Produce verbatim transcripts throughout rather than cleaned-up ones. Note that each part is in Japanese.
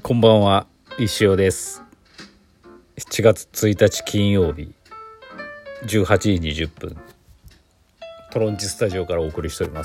こんばんは、石尾です。しちがつついたち金曜日じゅうはちじにじゅっぷん、トロンチスタジオからお送りしております。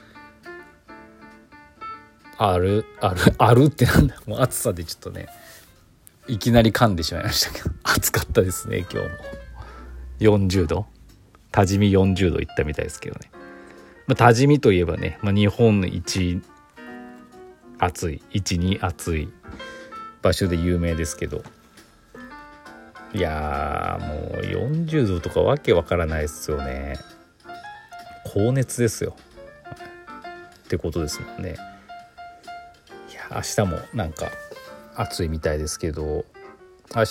あるあるあるってなんだ、もう暑さでちょっとねいきなり噛んでしまいましたけど、暑かったですね。今日もよんじゅうど、多治見よんじゅうどいったみたいですけどね、まあ、多治見といえばね、まあ、日本一暑いいちに暑い場所で有名ですけど、いやーもうよんじゅうどとかわけわからないですよね。高熱ですよってことですもんね。いや明日もなんか暑いみたいですけど、明日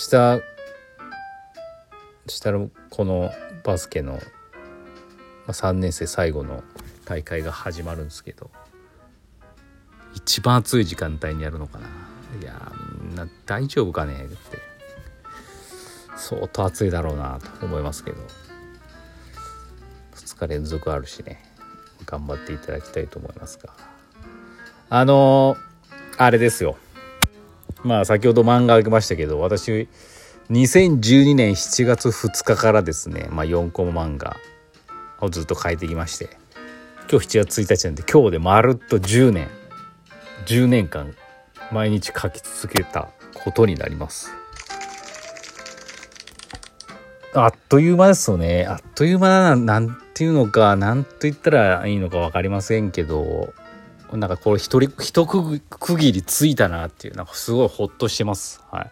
したらこのバスケの、まあ、さんねん生最後の大会が始まるんですけど、一番暑い時間帯にやるのかな。いやみんな大丈夫かねって、相当暑いだろうなと思いますけど、ふつか連続あるしね、頑張っていただきたいと思いますが、あのー、あれですよ、まあ先ほど漫画あげましたけど、私にせんじゅうにねんしちがつふつかからですね、まあ、よんコマ漫画をずっと書いてきまして、今日しちがつついたちなんで、今日でまるっとじゅうねんじゅうねんかん毎日書き続けたことになります。あっという間ですよね。あっという間な、なんていうのか、なんと言ったらいいのか分かりませんけど、なんかこれ一人一区切りついたなっていう、なんかすごいホッとしてます。はい、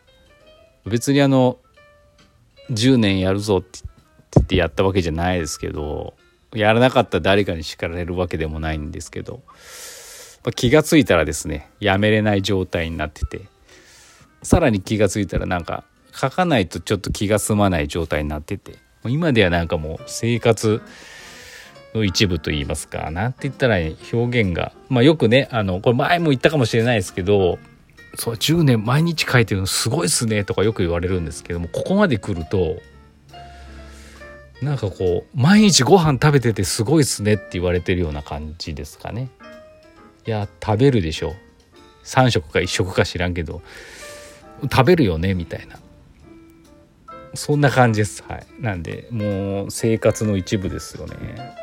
別にあのじゅうねんやるぞって言ってやったわけじゃないですけど、やらなかったら誰かに叱られるわけでもないんですけど、気がついたらですね、やめれない状態になってて、さらに気がついたらなんか書かないとちょっと気が済まない状態になってて、今ではなんかもう生活の一部といいますか、なんて言ったら表現が、まあよくね、あのこれ前も言ったかもしれないですけど、そうじゅうねん毎日書いてるのすごいっすねとかよく言われるんですけども、ここまで来るとなんかこう毎日ご飯食べててすごいっすねって言われてるような感じですかね。いや食べるでしょ、さん食かいっ食か知らんけど食べるよねみたいな、そんな感じです。はい、なんでもう生活の一部ですよね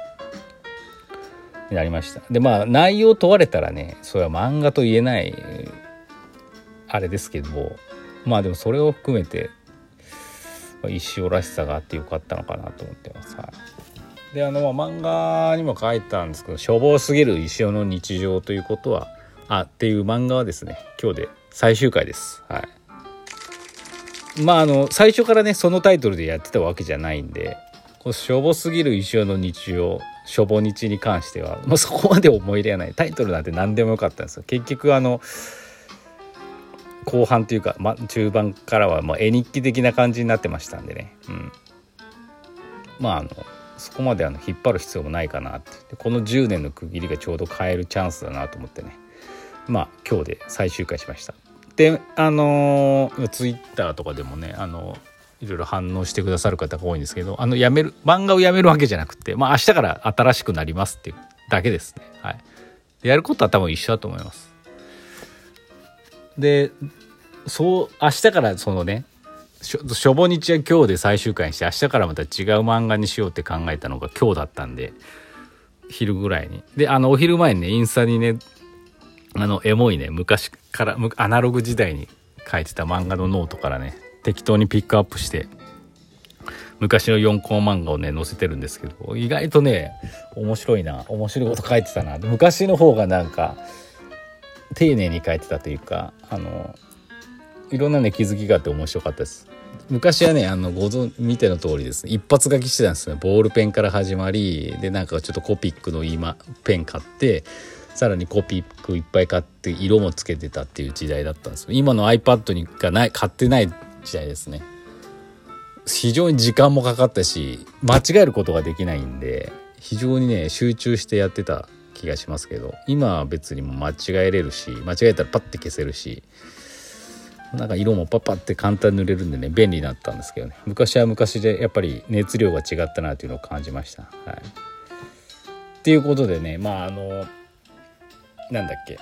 になりました。でまあ内容問われたらね、それは漫画と言えないあれですけど、まあでもそれを含めて石尾らしさがあってよかったのかなと思ってます。はい、であの、まあ、漫画にも書いたんですけど、しょぼすぎる石尾の日常ということはあっていう漫画はですね、今日で最終回です。はい、まああの最初からねそのタイトルでやってたわけじゃないんで、こうしょぼすぎる石尾の日常、しょぼ日に関しては、まあ、そこまで思い入れはない。タイトルなんて何でもよかったんですよ。結局あの後半というか、ま、中盤からはまあ絵日記的な感じになってましたんでね、うん、まああのそこまであの引っ張る必要もないかなって、このじゅうねんの区切りがちょうど変えるチャンスだなと思ってね、まあ今日で最終回しました。であのー、ツイッターとかでもね、あのいろいろ反応してくださる方が多いんですけど、あのやめる漫画をやめるわけじゃなくて、まあ明日から新しくなりますっていうだけですね。はい、やることは多分一緒だと思います。でそう明日からそのねしょ、しょぼ日は今日で最終回にして、明日からまた違う漫画にしようって考えたのが今日だったんで、昼ぐらいに、であのお昼前にねインスタにね、あのエモいね、昔からアナログ時代に書いてた漫画のノートからね適当にピックアップして昔のよんコマ漫画をね載せてるんですけど、意外とね面白いな、面白いこと書いてたな。昔の方がなんか丁寧に書いてたというか、あのいろんなね気づきがあって面白かったです。昔はねあのご存見ての通りですね、一発書きしてたんですね。ボールペンから始まりで、なんかちょっとコピックの今ペン買って、さらにコピックいっぱい買って色もつけてたっていう時代だったんですよ。今の iPad にがない買ってない時代ですね。非常に時間もかかったし、間違えることができないんで、非常にね集中してやってた気がしますけど、今は別にも間違えれるし、間違えたらパッて消せるし、なんか色もパッパって簡単に塗れるんでね便利になったんですけどね、昔は昔でやっぱり熱量が違ったなというのを感じました。はい、っていうことでね、まああのなんだっけ、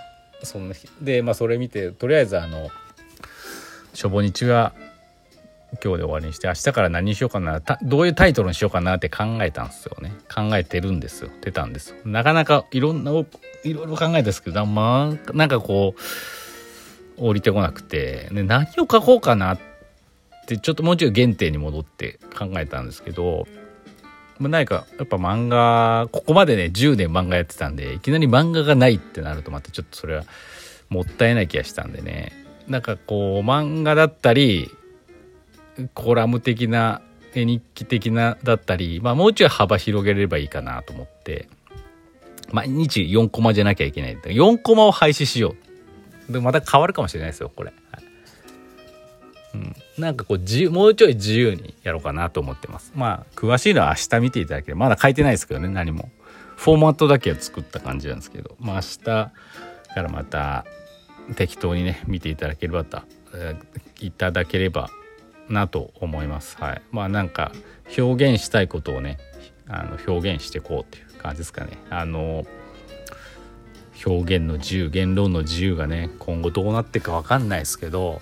そんな日で、まあ、それ見てとりあえずあのしょぼ日は今日で終わりにして、明日から何にしようかな、どういうタイトルにしようかなって考えたんですよね。考えてるんですよ。出たんですよ。なかなかいろんないろいろ考えたんですけど、まあなんかこう降りてこなくて、で何を書こうかなってちょっともうちょい原点に戻って考えたんですけど、まあ、何かやっぱ漫画ここまでねじゅうねん漫画やってたんで、いきなり漫画がないってなるとまたちょっとそれはもったいない気がしたんでね、なんかこう漫画だったりコラム的な絵日記的なだったり、まあもうちょい幅広げればいいかなと思って、毎日よんコマじゃなきゃいけない。よんコマを廃止しよう。でまた変わるかもしれないですよこれ、はい、うん、なんかこう自由、もうちょい自由にやろうかなと思ってます。まあ詳しいのは明日見ていただければ、まだ書いてないですけどね、何もフォーマットだけは作った感じなんですけど、まあ明日からまた適当にね見ていただければと、えー、いただければなと思います。はい、まあなんか表現したいことをねあの表現していこうっていう感じですかね。あの表現の自由、言論の自由がね今後どうなっていくか分かんないですけど、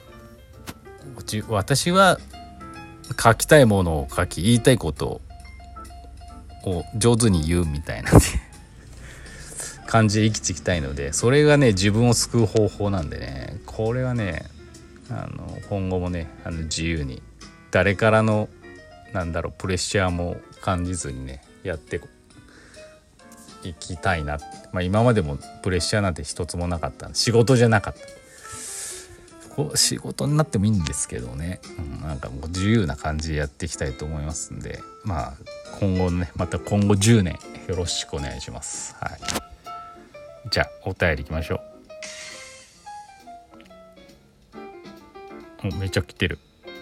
私は書きたいものを書き、言いたいことを上手に言うみたいな感じで生きていきたいので、それがね自分を救う方法なんでね、これはねあの今後もねあの自由に誰からのなんだろうプレッシャーも感じずにねやっていきたいな。まあ今までもプレッシャーなんて一つもなかった、仕事じゃなかった、こう仕事になってもいいんですけどね、うん、なんかもう自由な感じでやっていきたいと思いますんで、まあ今後ねまた今後じゅうねんよろしくお願いします。はい、じゃあお便りいきましょう。めっちゃ来てる。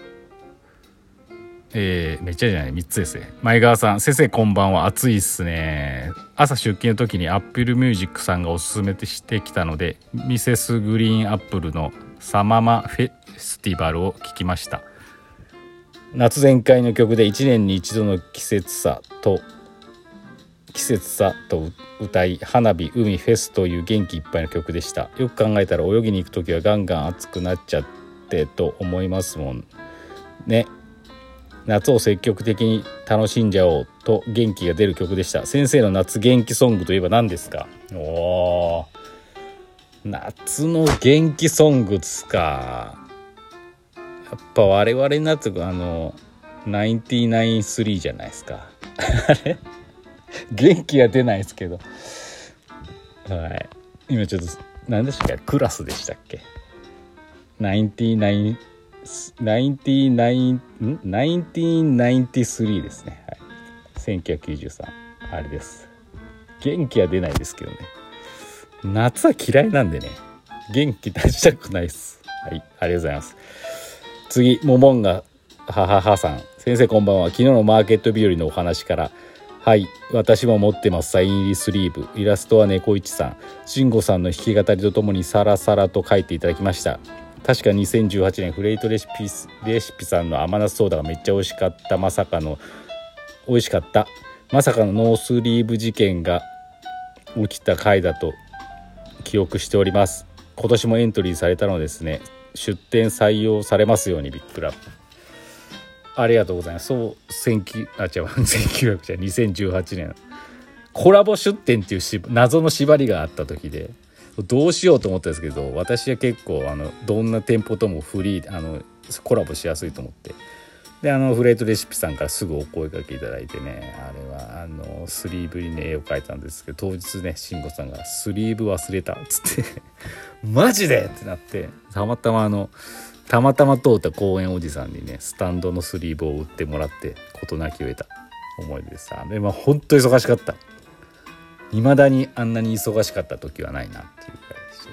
えー、めっちゃじゃないみっつですね。前川さん、先生こんばんは。暑いっすね。朝出勤の時に Apple Music さんがおすすめしてきたので、ミセスグリーンアップルのサママフェスティバルを聴きました。夏全開の曲でいちねんに一度の季節さと季節さと歌い、花火、海、フェスという元気いっぱいの曲でした。よく考えたら泳ぎに行く時はガンガン暑くなっちゃってと思いますもんね。夏を積極的に楽しんじゃおうと元気が出る曲でした。先生の夏元気ソングといえば何ですか？おー、夏の元気ソングですか。やっぱ我々になってあのナインティナインスリーじゃないですかあれ元気が出ないですけど、はい、今ちょっと何でしたっけ、クラスでしたっけ、ナインティナインナインティナインんナインティナインティスリーですね、はい、せんきゅうひゃくきゅうじゅうさんあれです。元気は出ないですけどね、夏は嫌いなんでね元気出したくないです。はい、ありがとうございます。次、モモンガはははさん、先生こんばんは。昨日のマーケット日和のお話から、はい、私も持ってますサイン入りスリーブ。イラストは猫一さん、慎吾さんの弾き語りとともにサラサラと書いていただきました。確かにせんじゅうはちねんフレイトレシピレシピさんの甘夏ソーダがめっちゃ美味しかった。まさかの美味しかったまさかのノースリーブ事件が起きた回だと記憶しております。今年もエントリーされたのですね。出展採用されますように。ビッグラブありがとうございます。そうせんきゅうあ違うせんきゅうひゃくじゃにせんじゅうはちねんコラボ出展っていうし謎の縛りがあった時でどうしようと思ったんですけど、私は結構あのどんな店舗ともフリーあのコラボしやすいと思って、であのフレートレシピさんからすぐお声掛けいただいてね、あれはあのスリーブに、ね、絵を描いたんですけど、当日ね慎吾さんがスリーブ忘れたっつってマジでってなって、たまたまあのたまたま通った公園おじさんにねスタンドのスリーブを売ってもらって事なきを得た思い出でした。あれは本当忙しかった。未だにあんなに忙しかった時はないなっていうくらいでした。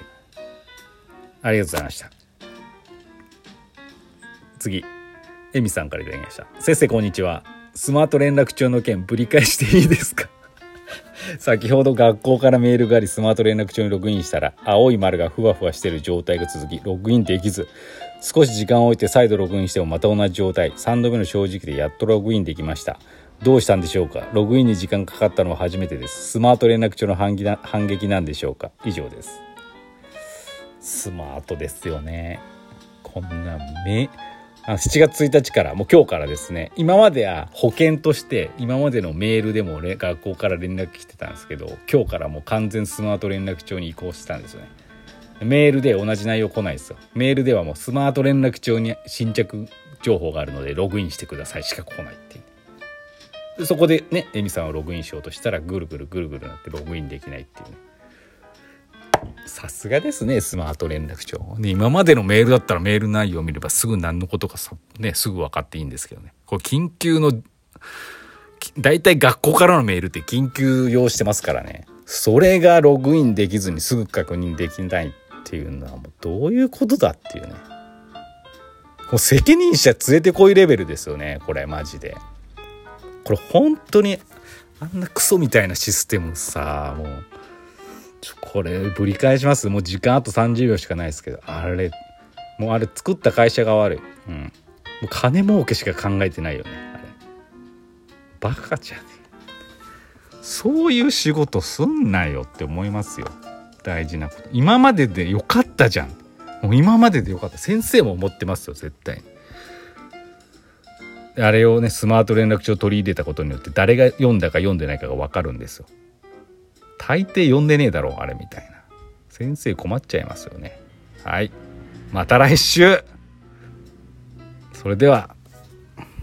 ありがとうございました。次、エミさんからいただきました。先生こんにちは。スマート連絡帳の件ぶり返していいですか先ほど学校からメールがあり、スマート連絡帳にログインしたら青い丸がふわふわしている状態が続き、ログインできず、少し時間を置いて再度ログインしてもまた同じ状態、さんどめの正直でやっとログインできました。どうしたんでしょうか。ログインに時間かかったのは初めてです。スマート連絡帳の反撃な反撃なんでしょうか。以上です。 スマートですよね。こんなめあしちがつついたちからもう今日からですね、今までは保険として今までのメールでも学校から連絡来てたんですけど、今日からもう完全スマート連絡帳に移行したんですよね。メールで同じ内容来ないですよ。メールではもうスマート連絡帳に新着情報があるのでログインしてくださいしか来ないっていう。でそこでね、エミさんをログインしようとしたらぐるぐるぐるぐるなってログインできないっていうね。さすがですね、スマート連絡帳、ね、今までのメールだったらメール内容を見ればすぐ何のことかさ、ね、すぐ分かっていいんですけどね、これ緊急のだいたい学校からのメールって緊急用してますからね、それがログインできずにすぐ確認できないっていうのはもうどういうことだっていうね、もう責任者連れてこいレベルですよねこれマジで。これ本当にあんなクソみたいなシステムさ、もうちょこれぶり返します。もう時間あとさんじゅうびょうしかないですけど、あれもうあれ作った会社が悪い、うん、もう金儲けしか考えてないよねあれ。バカじゃねえ、そういう仕事すんなよって思いますよ。大事なこと今まででよかったじゃん、もう今まででよかった。先生も思ってますよ絶対に。あれをねスマート連絡帳取り入れたことによって誰が読んだか読んでないかが分かるんですよ。大抵読んでねえだろうあれみたいな。先生困っちゃいますよね。はい、また来週。それでは。